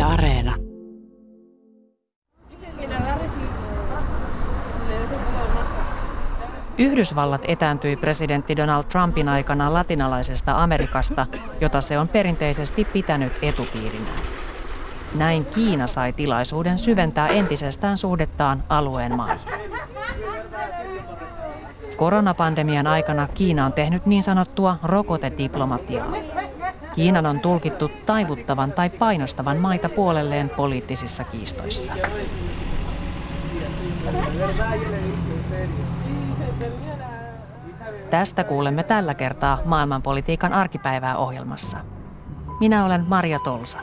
Areena. Yhdysvallat etääntyi presidentti Donald Trumpin aikana latinalaisesta Amerikasta, jota se on perinteisesti pitänyt etupiirinään. Näin Kiina sai tilaisuuden syventää entisestään suhdettaan alueen maihin. Koronapandemian aikana Kiina on tehnyt niin sanottua rokotediplomatiaa. Kiinan on tulkittu taivuttavan tai painostavan maita puolelleen poliittisissa kiistoissa. Tästä kuulemme tällä kertaa maailmanpolitiikan arkipäivää -ohjelmassa. Minä olen Maria Tolsa.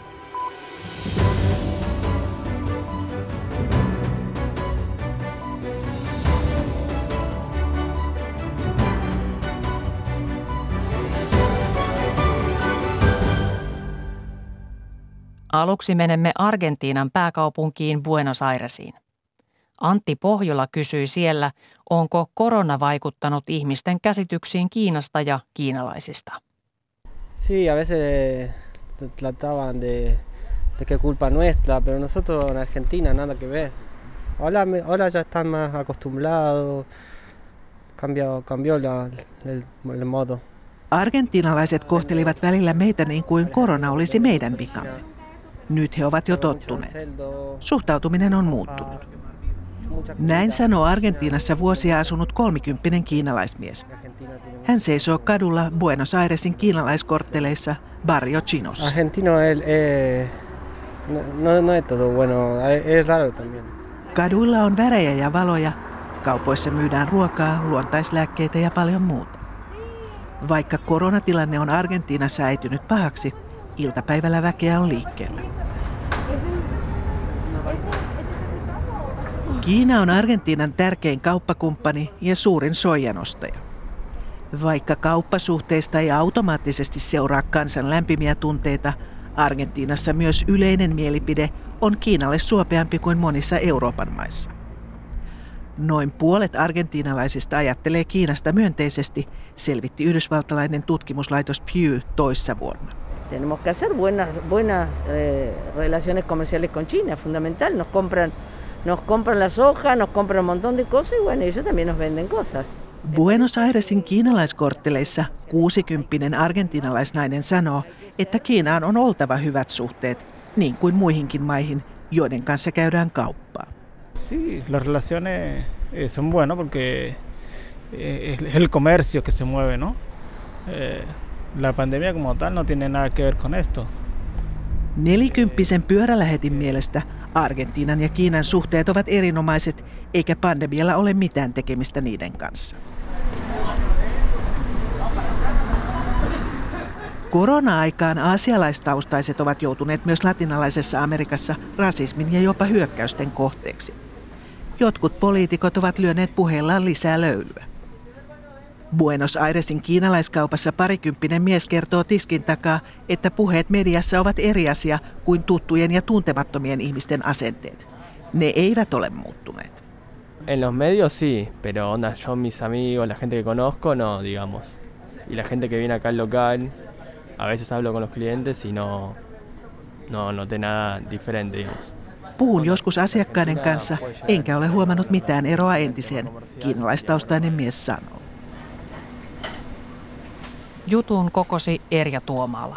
Aluksi menemme Argentiinan pääkaupunkiin Buenos Airesiin. Antti Pohjola kysyi siellä, onko korona vaikuttanut ihmisten käsityksiin Kiinasta ja kiinalaisista. Sí, a veces trataban de que culpa nuestra, pero nosotros en Argentina nada que ver. Ahora ya están más acostumbrados, cambió el modo. Argentiinalaiset kohtelivat välillä meitä niin kuin korona olisi meidän vikamme. Nyt he ovat jo tottuneet. Suhtautuminen on muuttunut. Näin sanoo Argentiinassa vuosia asunut 30 kiinalaismies. Hän seisoo kadulla Buenos Airesin kiinalaiskortteleissa Barrio Chinos. Argentino no es todo bueno, es raro también. Kaduilla on värejä ja valoja. Kaupoissa myydään ruokaa, luontaislääkkeitä ja paljon muuta. Vaikka koronatilanne on Argentiinassa äitynyt pahaksi, iltapäivällä väkeä on liikkeellä. Kiina on Argentiinan tärkein kauppakumppani ja suurin soijanostaja. Vaikka kauppasuhteista ei automaattisesti seuraa kansan lämpimiä tunteita, Argentiinassa myös yleinen mielipide on Kiinalle suopeampi kuin monissa Euroopan maissa. Noin puolet argentiinalaisista ajattelee Kiinasta myönteisesti, selvitti yhdysvaltalainen tutkimuslaitos Pew toissa vuonna. Tenemos que hacer buenas relaciones comerciales con China, fundamental. Nos compran la soja, nos compran un montón de cosas y bueno, ellos también nos venden cosas. Buenos Airesin kiinalaiskortteleissa 60 argentiinalaisnainen sanoo, että Kiinaan on oltava hyvät suhteet, niin kuin muihinkin maihin, joiden kanssa käydään kauppaa. Sí, las relaciones son buenas porque es el comercio que se mueve, ¿no? La pandemia como tal no tiene nada que ver con esto. 40 pyörälähetin mielestä Argentiinan ja Kiinan suhteet ovat erinomaiset, eikä pandemialla ole mitään tekemistä niiden kanssa. Korona-aikaan aasialaistaustaiset ovat joutuneet myös latinalaisessa Amerikassa rasismin ja jopa hyökkäysten kohteeksi. Jotkut poliitikot ovat lyöneet puheillaan lisää löylyä. Buenos Airesin kiinalaiskaupassa 20 mies kertoo tiskin takaa, että puheet mediassa ovat eri asia kuin tuttujen ja tuntemattomien ihmisten asenteet. Ne eivät ole muuttuneet. En los medios sí, pero onda yo mis amigos, la gente que conozco no, digamos. Y la gente que viene acá al local, a veces hablo con los clientes y no noté nada diferente, digamos. Puhun joskus asiakkaiden kanssa, enkä ole huomannut mitään eroa entiseen, kiinalaistaustainen mies sanoo. Jutun kokosi Erja Tuomala.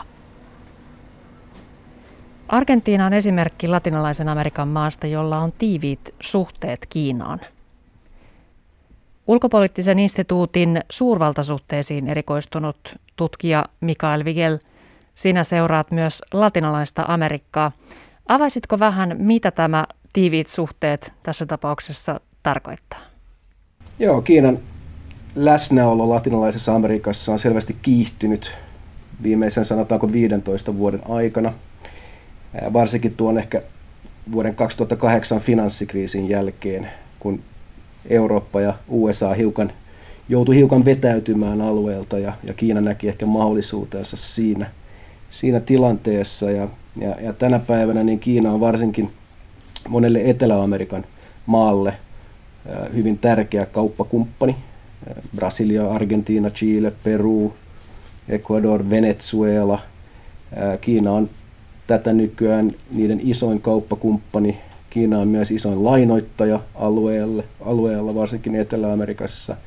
Argentiina on esimerkki latinalaisen Amerikan maasta, jolla on tiiviit suhteet Kiinaan. Ulkopoliittisen instituutin suurvaltasuhteisiin erikoistunut tutkija Mikael Wigel, sinä seuraat myös latinalaista Amerikkaa. Avaisitko vähän, mitä tämä tiiviit suhteet tässä tapauksessa tarkoittaa? Joo, Kiinan läsnäolo latinalaisessa Amerikassa on selvästi kiihtynyt viimeisen sanotaanko 15 vuoden aikana. Varsinkin tuon ehkä vuoden 2008 finanssikriisin jälkeen, kun Eurooppa ja USA joutui hiukan vetäytymään alueelta ja Kiina näki ehkä mahdollisuutensa siinä tilanteessa. Ja tänä päivänä niin Kiina on varsinkin monelle Etelä-Amerikan maalle hyvin tärkeä kauppakumppani. Brasilia, Argentiina, Chile, Peru, Ecuador, Venezuela. Kiina on tätä nykyään niiden isoin kauppakumppani. Kiina on myös isoin lainoittaja alueella, varsinkin Etelä-Amerikassa,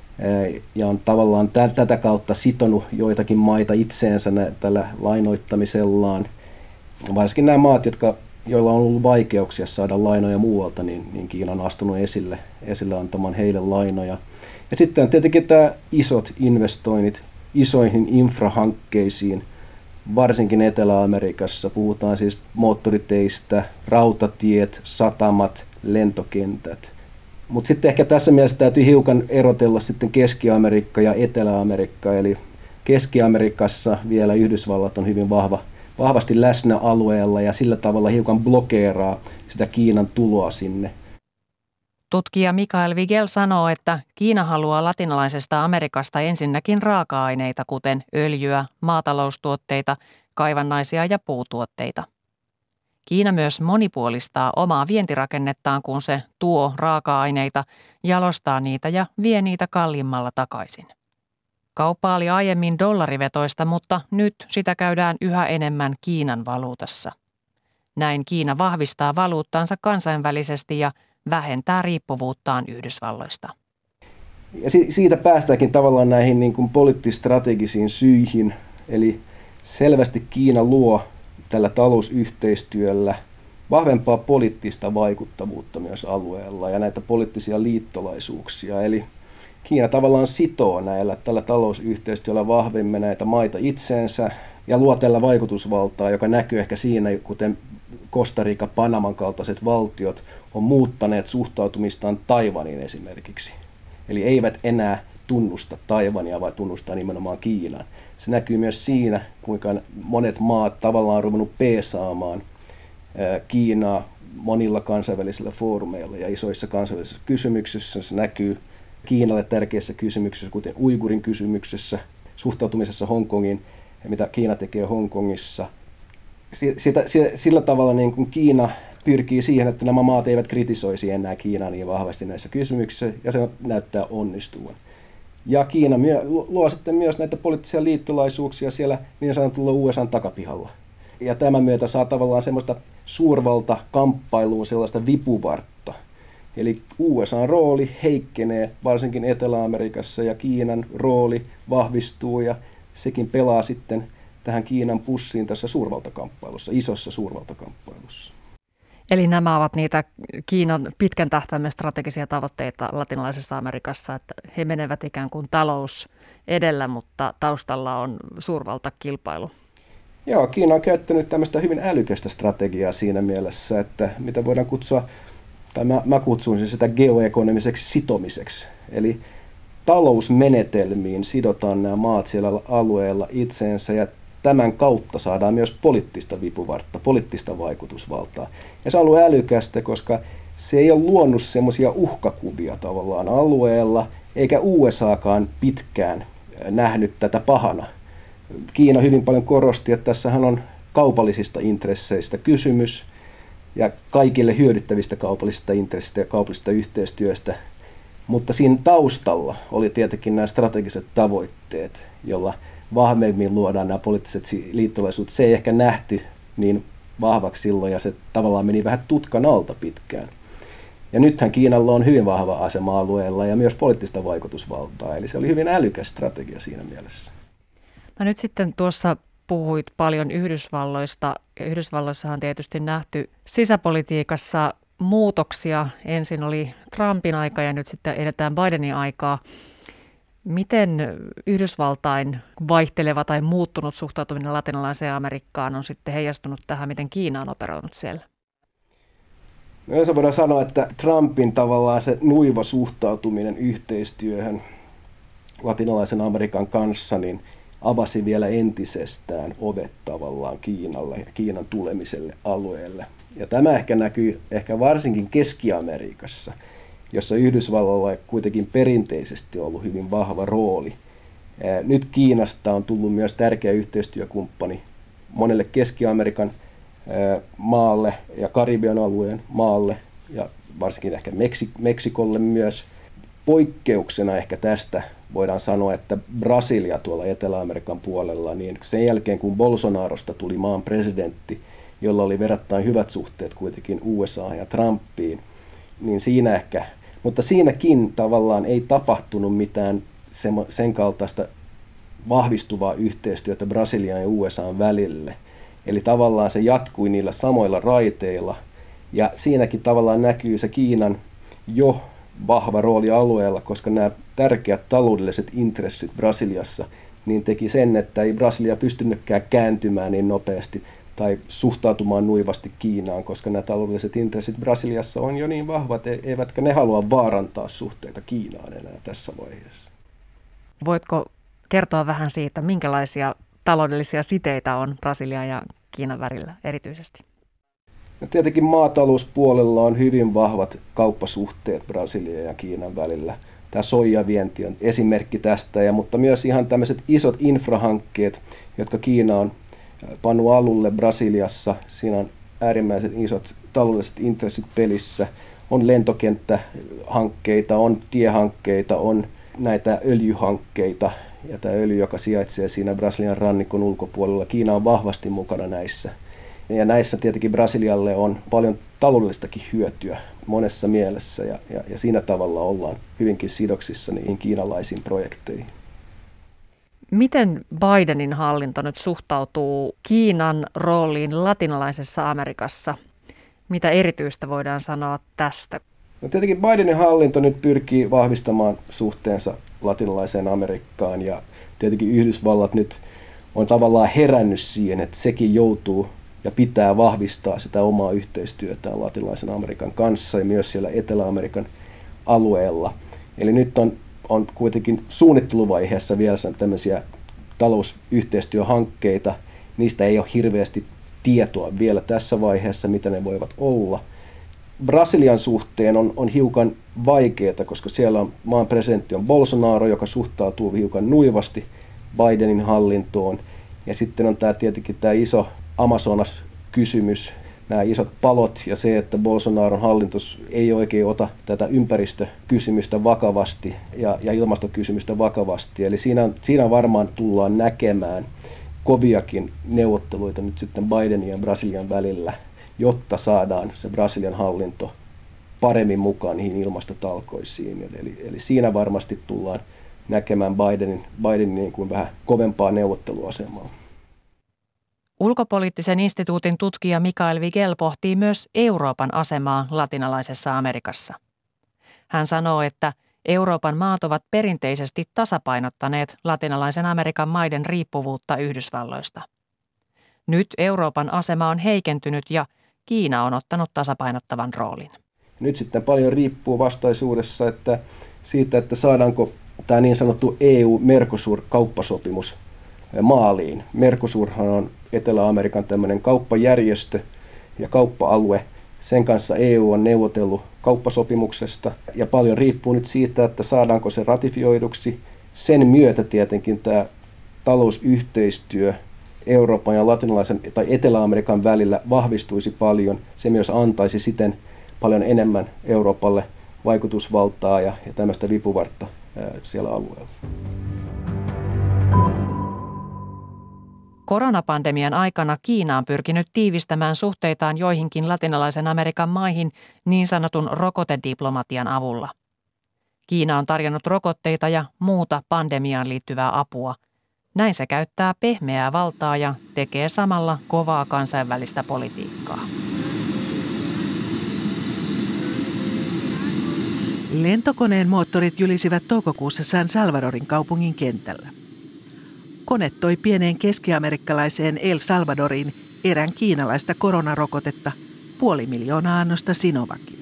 ja on tavallaan tätä kautta sitonut joitakin maita itseensä tällä lainoittamisellaan. Varsinkin nämä maat, joilla on ollut vaikeuksia saada lainoja muualta, niin Kiina on astunut esille antamaan heille lainoja. Ja sitten on tietenkin tämä isot investoinnit isoihin infrahankkeisiin, varsinkin Etelä-Amerikassa. Puhutaan siis moottoriteistä, rautatiet, satamat, lentokentät. Mutta sitten ehkä tässä mielessä täytyy hiukan erotella sitten Keski-Amerikka ja Etelä-Amerikka. Eli Keski-Amerikassa vielä Yhdysvallat on hyvin vahvasti läsnä alueella ja sillä tavalla hiukan blokeeraa sitä Kiinan tuloa sinne. Tutkija Mikael Wigel sanoo, että Kiina haluaa latinalaisesta Amerikasta ensinnäkin raaka-aineita, kuten öljyä, maataloustuotteita, kaivannaisia ja puutuotteita. Kiina myös monipuolistaa omaa vientirakennettaan, kun se tuo raaka-aineita, jalostaa niitä ja vie niitä kalliimmalla takaisin. Kauppa oli aiemmin dollarivetoista, mutta nyt sitä käydään yhä enemmän Kiinan valuutassa. Näin Kiina vahvistaa valuuttaansa kansainvälisesti ja vähentää riippuvuuttaan Yhdysvalloista. Ja siitä päästäänkin tavallaan näihin niin kuin poliittis-strategisiin syihin. Eli selvästi Kiina luo tällä talousyhteistyöllä vahvempaa poliittista vaikuttavuutta myös alueella ja näitä poliittisia liittolaisuuksia. Eli Kiina tavallaan sitoo tällä talousyhteistyöllä vahvemmin näitä maita itseensä ja luo tällä vaikutusvaltaa, joka näkyy ehkä siinä, kuten Costa Rica, Panaman kaltaiset valtiot on muuttaneet suhtautumistaan Taiwaniin esimerkiksi. Eli eivät enää tunnusta Taiwania, vaan tunnustaa nimenomaan Kiinan. Se näkyy myös siinä, kuinka monet maat tavallaan on ruvennut peesaamaan Kiinaa monilla kansainvälisillä foorumeilla ja isoissa kansainvälisissä kysymyksissä. Se näkyy Kiinalle tärkeissä kysymyksissä, kuten Uigurin kysymyksessä, suhtautumisessa Hongkongiin ja mitä Kiina tekee Hongkongissa. Sillä tavalla niin kuin Kiina pyrkii siihen, että nämä maat eivät kritisoisi enää Kiinaa niin vahvasti näissä kysymyksissä, ja se näyttää onnistuvan. Ja Kiina luo sitten myös näitä poliittisia liittolaisuuksia siellä niin sanotulla USA:n takapihalla. Ja tämän myötä saa tavallaan semmoista suurvaltakamppailua, sellaista vipuvartta. Eli USA:n rooli heikkenee varsinkin Etelä-Amerikassa ja Kiinan rooli vahvistuu ja sekin pelaa sitten tähän Kiinan pussiin tässä suurvaltakamppailussa, isossa suurvaltakamppailussa. Eli nämä ovat niitä Kiinan pitkän tähtäimen strategisia tavoitteita latinalaisessa Amerikassa, että he menevät ikään kuin talous edellä, mutta taustalla on suurvaltakilpailu. Joo, Kiina on käyttänyt tämmöistä hyvin älykästä strategiaa siinä mielessä, että mitä voidaan kutsua, tai mä kutsun sitä geoekonomiseksi sitomiseksi. Eli talousmenetelmiin sidotaan nämä maat siellä alueella itseensä ja tämän kautta saadaan myös poliittista vipuvartta, poliittista vaikutusvaltaa. Ja se on ollut älykästä, koska se ei ole luonut semmoisia uhkakuvia tavallaan alueella, eikä USAkaan pitkään nähnyt tätä pahana. Kiina hyvin paljon korosti, että tässähän on kaupallisista intresseistä kysymys ja kaikille hyödyttävistä kaupallisista intresseistä ja kaupallisista yhteistyöstä. Mutta siinä taustalla oli tietenkin nämä strategiset tavoitteet, jolla vahvemmin luodaan nämä poliittiset liittolaisuudet. Se ei ehkä nähty niin vahvaksi silloin ja se tavallaan meni vähän tutkan alta pitkään. Ja nythän Kiinalla on hyvin vahva asema alueella ja myös poliittista vaikutusvaltaa, eli se oli hyvin älykäs strategia siinä mielessä. No nyt sitten tuossa puhuit paljon Yhdysvalloista. Yhdysvalloissa on tietysti nähty sisäpolitiikassa muutoksia. Ensin oli Trumpin aika ja nyt sitten edetään Bidenin aikaa. Miten Yhdysvaltain vaihteleva tai muuttunut suhtautuminen latinalaiseen Amerikkaan on sitten heijastunut tähän, miten Kiina on operoinut siellä? No, se voidaan sanoa, että Trumpin tavallaan se nuiva suhtautuminen yhteistyöhön latinalaisen Amerikan kanssa niin avasi vielä entisestään ovet tavallaan Kiinalle ja Kiinan tulemiselle alueelle. Ja tämä ehkä näkyy varsinkin Keski-Amerikassa, jossa Yhdysvalloilla kuitenkin perinteisesti on ollut hyvin vahva rooli. Nyt Kiinasta on tullut myös tärkeä yhteistyökumppani monelle Keski-Amerikan maalle ja Karibian alueen maalle ja varsinkin ehkä Meksikolle myös. Poikkeuksena ehkä tästä voidaan sanoa, että Brasilia tuolla Etelä-Amerikan puolella, niin sen jälkeen kun Bolsonarosta tuli maan presidentti, jolla oli verrattain hyvät suhteet kuitenkin USA ja Trumpiin, niin siinä ehkä, mutta siinäkin tavallaan ei tapahtunut mitään sen kaltaista vahvistuvaa yhteistyötä Brasilian ja USA:n välille. Eli tavallaan se jatkui niillä samoilla raiteilla, ja siinäkin tavallaan näkyy se Kiinan jo vahva rooli alueella, koska nämä tärkeät taloudelliset intressit Brasiliassa niin teki sen, että ei Brasilia pystynytkään kääntymään niin nopeasti tai suhtautumaan nuivasti Kiinaan, koska nämä taloudelliset intressit Brasiliassa on jo niin vahvat, eivätkä ne halua vaarantaa suhteita Kiinaan enää tässä vaiheessa. Voitko kertoa vähän siitä, minkälaisia taloudellisia siteitä on Brasilian ja Kiinan välillä erityisesti? No tietenkin maatalouspuolella on hyvin vahvat kauppasuhteet Brasilian ja Kiinan välillä. Tämä soijavienti on esimerkki tästä, mutta myös ihan tämmöiset isot infrahankkeet, jotka Kiina on pannut alulle Brasiliassa. Siinä on äärimmäisen isot taloudelliset intressit pelissä. On lentokenttähankkeita, on tiehankkeita, on näitä öljyhankkeita. Ja tämä öljy, joka sijaitsee siinä Brasilian rannikon ulkopuolella, Kiina on vahvasti mukana näissä. Ja näissä tietenkin Brasilialle on paljon taloudellistakin hyötyä monessa mielessä, ja siinä tavalla ollaan hyvinkin sidoksissa niihin kiinalaisiin projekteihin. Miten Bidenin hallinto nyt suhtautuu Kiinan rooliin latinalaisessa Amerikassa? Mitä erityistä voidaan sanoa tästä? No tietenkin Bidenin hallinto nyt pyrkii vahvistamaan suhteensa latinalaiseen Amerikkaan, ja tietenkin Yhdysvallat nyt on tavallaan herännyt siihen, että sekin joutuu ja pitää vahvistaa sitä omaa yhteistyötään latinalaisen Amerikan kanssa ja myös siellä Etelä-Amerikan alueella. Eli nyt on kuitenkin suunnitteluvaiheessa vielä tämmöisiä talousyhteistyöhankkeita. Niistä ei ole hirveästi tietoa vielä tässä vaiheessa, mitä ne voivat olla. Brasilian suhteen on hiukan vaikeaa, koska siellä on maan presidentti on Bolsonaro, joka suhtautuu hiukan nuivasti Bidenin hallintoon. Ja sitten on tietenkin tämä iso Amazonas-kysymys, nämä isot palot ja se, että Bolsonaron hallitus ei oikein ota tätä ympäristökysymystä vakavasti ja ilmastokysymystä vakavasti. Eli siinä varmaan tullaan näkemään koviakin neuvotteluita nyt sitten Bidenin ja Brasilian välillä, jotta saadaan se Brasilian hallinto paremmin mukaan niihin ilmastotalkoisiin. Eli siinä varmasti tullaan näkemään Bidenin niin kuin vähän kovempaa neuvotteluasemaa. Ulkopoliittisen instituutin tutkija Mikael Wigel pohtii myös Euroopan asemaa latinalaisessa Amerikassa. Hän sanoo, että Euroopan maat ovat perinteisesti tasapainottaneet latinalaisen Amerikan maiden riippuvuutta Yhdysvalloista. Nyt Euroopan asema on heikentynyt ja Kiina on ottanut tasapainottavan roolin. Nyt sitten paljon riippuu vastaisuudessa siitä, että saadaanko tämä niin sanottu EU-Mercosur-kauppasopimus maaliin. Mercosurhan on Etelä-Amerikan tämmöinen kauppajärjestö ja kauppa-alue. Sen kanssa EU on neuvotellut kauppasopimuksesta ja paljon riippuu nyt siitä, että saadaanko se ratifioiduksi. Sen myötä tietenkin tämä talousyhteistyö Euroopan ja latinalaisen tai Etelä-Amerikan välillä vahvistuisi paljon. Se myös antaisi siten paljon enemmän Euroopalle vaikutusvaltaa ja tämmöistä vipuvartta siellä alueella. Koronapandemian aikana Kiina on pyrkinyt tiivistämään suhteitaan joihinkin latinalaisen Amerikan maihin niin sanotun rokotediplomatian avulla. Kiina on tarjonnut rokotteita ja muuta pandemiaan liittyvää apua. Näin se käyttää pehmeää valtaa ja tekee samalla kovaa kansainvälistä politiikkaa. Lentokoneen moottorit jylisivät toukokuussa San Salvadorin kaupungin kentällä. Kone toi pieneen keskiamerikkalaiseen El Salvadoriin erän kiinalaista koronarokotetta, 500,000 annosta Sinovacia.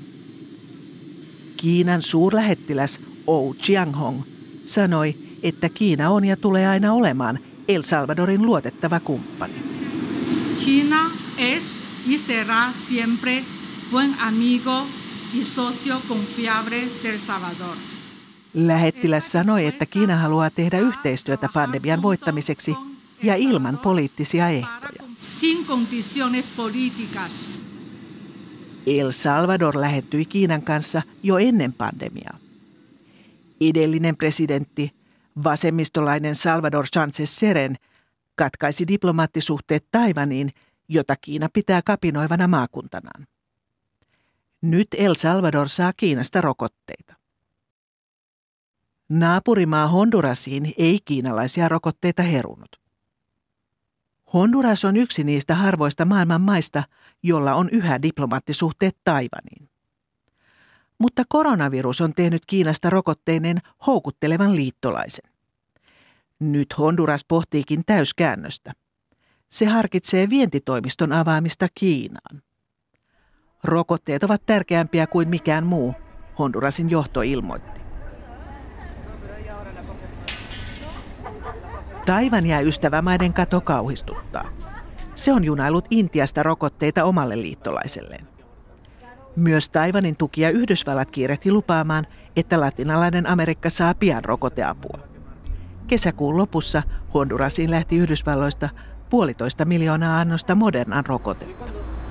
Kiinan suurlähettiläs Ou Jianhong sanoi, että Kiina on ja tulee aina olemaan El Salvadorin luotettava kumppani. China es y será siempre buen amigo y socio confiable del Salvador. Lähettiläs sanoi, että Kiina haluaa tehdä yhteistyötä pandemian voittamiseksi ja ilman poliittisia ehtoja. Sin condiciones políticas. El Salvador lähettyi Kiinan kanssa jo ennen pandemiaa. Edellinen presidentti, vasemmistolainen Salvador Sánchez Serén, katkaisi diplomaattisuhteet Taiwaniin jota Kiina pitää kapinoivana maakuntanaan. Nyt El Salvador saa Kiinasta rokotteita. Naapurimaa Hondurasiin ei kiinalaisia rokotteita herunut. Honduras on yksi niistä harvoista maailman maista, jolla on yhä diplomaattisuhteet Taiwaniin. Mutta koronavirus on tehnyt Kiinasta rokotteineen houkuttelevan liittolaisen. Nyt Honduras pohtiikin täyskäännöstä. Se harkitsee vientitoimiston avaamista Kiinaan. Rokotteet ovat tärkeämpiä kuin mikään muu, Hondurasin johto ilmoitti. Taiwan ja ystävämaiden kato kauhistuttaa. Se on junaillut Intiasta rokotteita omalle liittolaiselleen. Myös Taiwanin tuki ja Yhdysvallat kiirehti lupaamaan, että latinalainen Amerikka saa pian rokoteapua. Kesäkuun lopussa Hondurasiin lähti Yhdysvalloista 1,5 miljoonaa annosta Modernan rokotetta.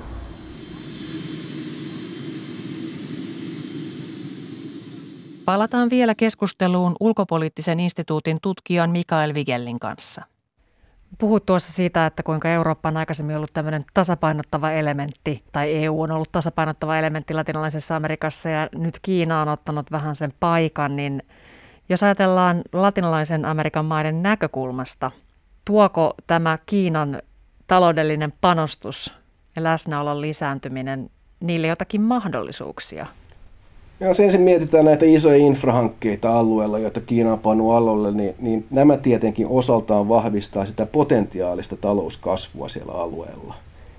Palataan vielä keskusteluun ulkopoliittisen instituutin tutkijan Mikael Wigellin kanssa. Puhut tuossa siitä, että kuinka Eurooppa on aikaisemmin ollut tämmöinen tasapainottava elementti, tai EU on ollut tasapainottava elementti latinalaisessa Amerikassa, ja nyt Kiina on ottanut vähän sen paikan, niin jos ajatellaan latinalaisen Amerikan maiden näkökulmasta, tuoko tämä Kiinan taloudellinen panostus ja läsnäolon lisääntyminen niille jotakin mahdollisuuksia? Jos ensin mietitään näitä isoja infrahankkeita alueella, joita Kiina on pannut alueelle, niin nämä tietenkin osaltaan vahvistaa sitä potentiaalista talouskasvua siellä alueella.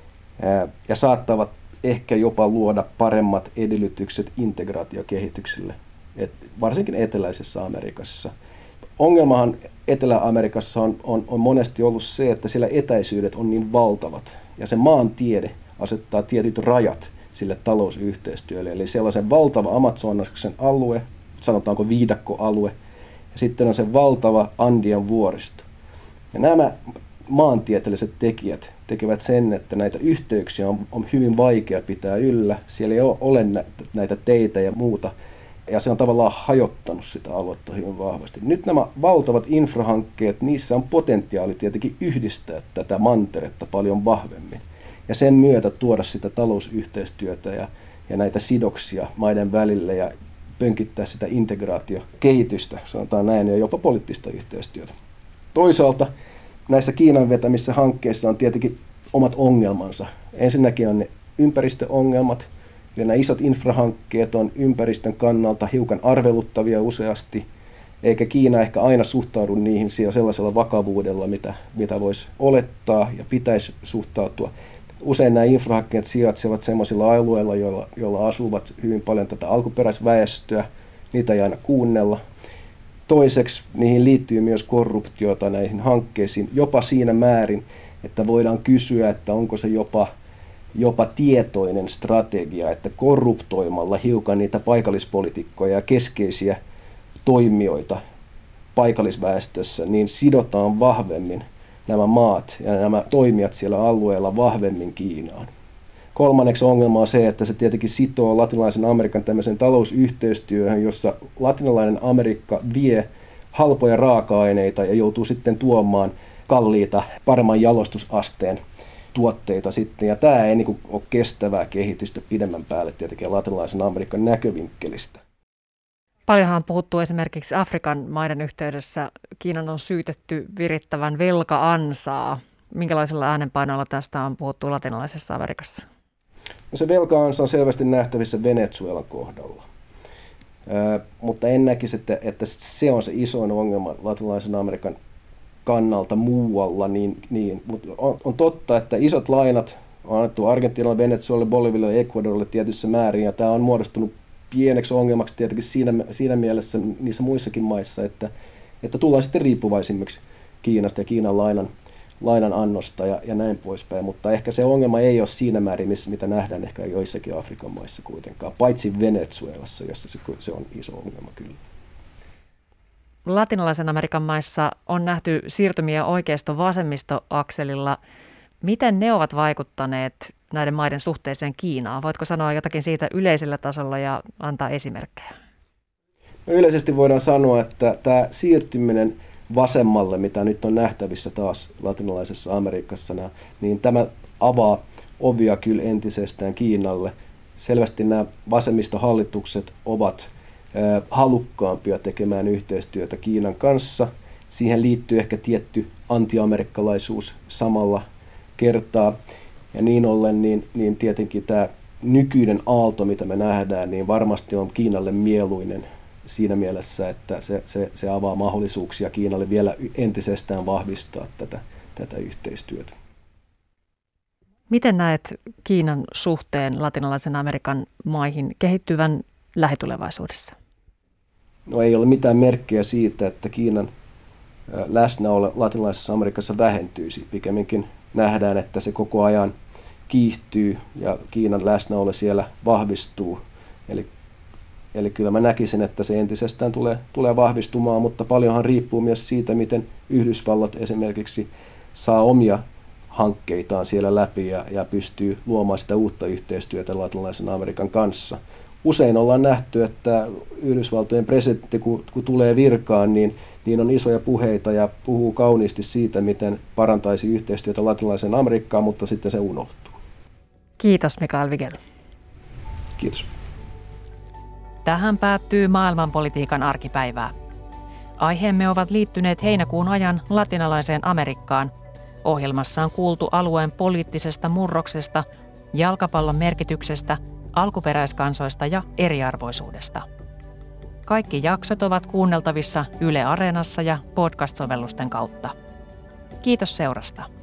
Ja saattavat ehkä jopa luoda paremmat edellytykset integraatiokehitykselle, varsinkin eteläisessä Amerikassa. Ongelmahan Etelä-Amerikassa on monesti ollut se, että siellä etäisyydet on niin valtavat ja se maantiede asettaa tietyt rajat sille talousyhteistyölle. Eli sellaisen valtava Amazonaksen alue, sanotaanko viidakkoalue, ja sitten on se valtava Andian vuoristo. Ja nämä maantieteelliset tekijät tekevät sen, että näitä yhteyksiä on hyvin vaikea pitää yllä. Siellä ei ole näitä teitä ja muuta, ja se on tavallaan hajottanut sitä aluetta hyvin vahvasti. Nyt nämä valtavat infrahankkeet, niissä on potentiaali tietenkin yhdistää tätä manteretta paljon vahvemmin. Ja sen myötä tuoda sitä talousyhteistyötä ja näitä sidoksia maiden välille ja pönkittää sitä integraatiokehitystä, sanotaan näin, ja jopa poliittista yhteistyötä. Toisaalta näissä Kiinan vetämissä hankkeissa on tietenkin omat ongelmansa. Ensinnäkin on ne ympäristöongelmat, ja nämä isot infrahankkeet on ympäristön kannalta hiukan arveluttavia useasti, eikä Kiina ehkä aina suhtaudu niihin sellaisella vakavuudella, mitä voisi olettaa ja pitäisi suhtautua. Usein nämä infrahankkeet sijaitsevat sellaisilla alueilla, joilla asuvat hyvin paljon tätä alkuperäisväestöä. Niitä ei aina kuunnella. Toiseksi niihin liittyy myös korruptiota näihin hankkeisiin, jopa siinä määrin, että voidaan kysyä, että onko se jopa tietoinen strategia, että korruptoimalla hiukan niitä paikallispoliitikkoja ja keskeisiä toimijoita paikallisväestössä, niin sidotaan vahvemmin nämä maat ja nämä toimijat siellä alueella vahvemmin Kiinaan. Kolmanneksi ongelma on se, että se tietenkin sitoo latinalaisen Amerikan tämmöiseen talousyhteistyöhön, jossa latinalainen Amerikka vie halpoja raaka-aineita ja joutuu sitten tuomaan kalliita, paremman jalostusasteen tuotteita sitten. Ja tämä ei ole kestävää kehitystä pidemmän päälle tietenkin latinalaisen Amerikan näkövinkkelistä. Paljonhan on puhuttu esimerkiksi Afrikan maiden yhteydessä. Kiinan on syytetty virittävän velka-ansaa. Minkälaisella äänenpainoilla tästä on puhuttu latinalaisessa Amerikassa? No se velka-ansa on selvästi nähtävissä Venezuelan kohdalla. Mutta en näkisi, että se on se isoin ongelma latinalaisen Amerikan kannalta muualla. Mutta on totta, että isot lainat on annettu Argentiinalle, Venezuelalle, Bolivialle ja Ecuadorille tietyssä määrin. Ja tämä on muodostunut pieneksi ongelmaksi tietenkin siinä mielessä niissä muissakin maissa, että tullaan sitten riippuvaisimmiksi Kiinasta ja Kiinan lainan annosta ja näin poispäin. Mutta ehkä se ongelma ei ole siinä määrin, mitä nähdään ehkä joissakin Afrikan maissa kuitenkaan, paitsi Venezuelassa, jossa se on iso ongelma kyllä. Latinalaisen Amerikan maissa on nähty siirtymiä oikeisto-vasemmisto-akselilla. Miten ne ovat vaikuttaneet näiden maiden suhteeseen Kiinaan? Voitko sanoa jotakin siitä yleisellä tasolla ja antaa esimerkkejä? No yleisesti voidaan sanoa, että tämä siirtyminen vasemmalle, mitä nyt on nähtävissä taas latinalaisessa Amerikassa, niin tämä avaa ovia kyllä entisestään Kiinalle. Selvästi nämä vasemmistohallitukset ovat halukkaampia tekemään yhteistyötä Kiinan kanssa. Siihen liittyy ehkä tietty antiamerikkalaisuus samalla kertaa. Ja niin ollen niin tietenkin tämä nykyinen aalto, mitä me nähdään, niin varmasti on Kiinalle mieluinen siinä mielessä, että se avaa mahdollisuuksia Kiinalle vielä entisestään vahvistaa tätä yhteistyötä. Miten näet Kiinan suhteen latinalaisen Amerikan maihin kehittyvän lähitulevaisuudessa? No ei ole mitään merkkejä siitä, että Kiinan läsnäolo latinalaisessa Amerikassa vähentyisi. Pikemminkin nähdään, että se koko ajan kiihtyy ja Kiinan läsnäolo siellä vahvistuu. Eli kyllä mä näkisin, että se entisestään tulee vahvistumaan, mutta paljonhan riippuu myös siitä, miten Yhdysvallat esimerkiksi saa omia hankkeitaan siellä läpi ja pystyy luomaan sitä uutta yhteistyötä latinalaisen Amerikan kanssa. Usein ollaan nähty, että Yhdysvaltojen presidentti, kun tulee virkaan, niin on isoja puheita ja puhuu kauniisti siitä, miten parantaisi yhteistyötä latinalaisen Amerikkaan, mutta sitten se unohtuu. Kiitos Mikael Wigel. Kiitos. Tähän päättyy maailmanpolitiikan arkipäivää. Aiheemme ovat liittyneet heinäkuun ajan latinalaiseen Amerikkaan. Ohjelmassa on kuultu alueen poliittisesta murroksesta, jalkapallon merkityksestä, alkuperäiskansoista ja eriarvoisuudesta. Kaikki jaksot ovat kuunneltavissa Yle Areenassa ja podcast-sovellusten kautta. Kiitos seurasta.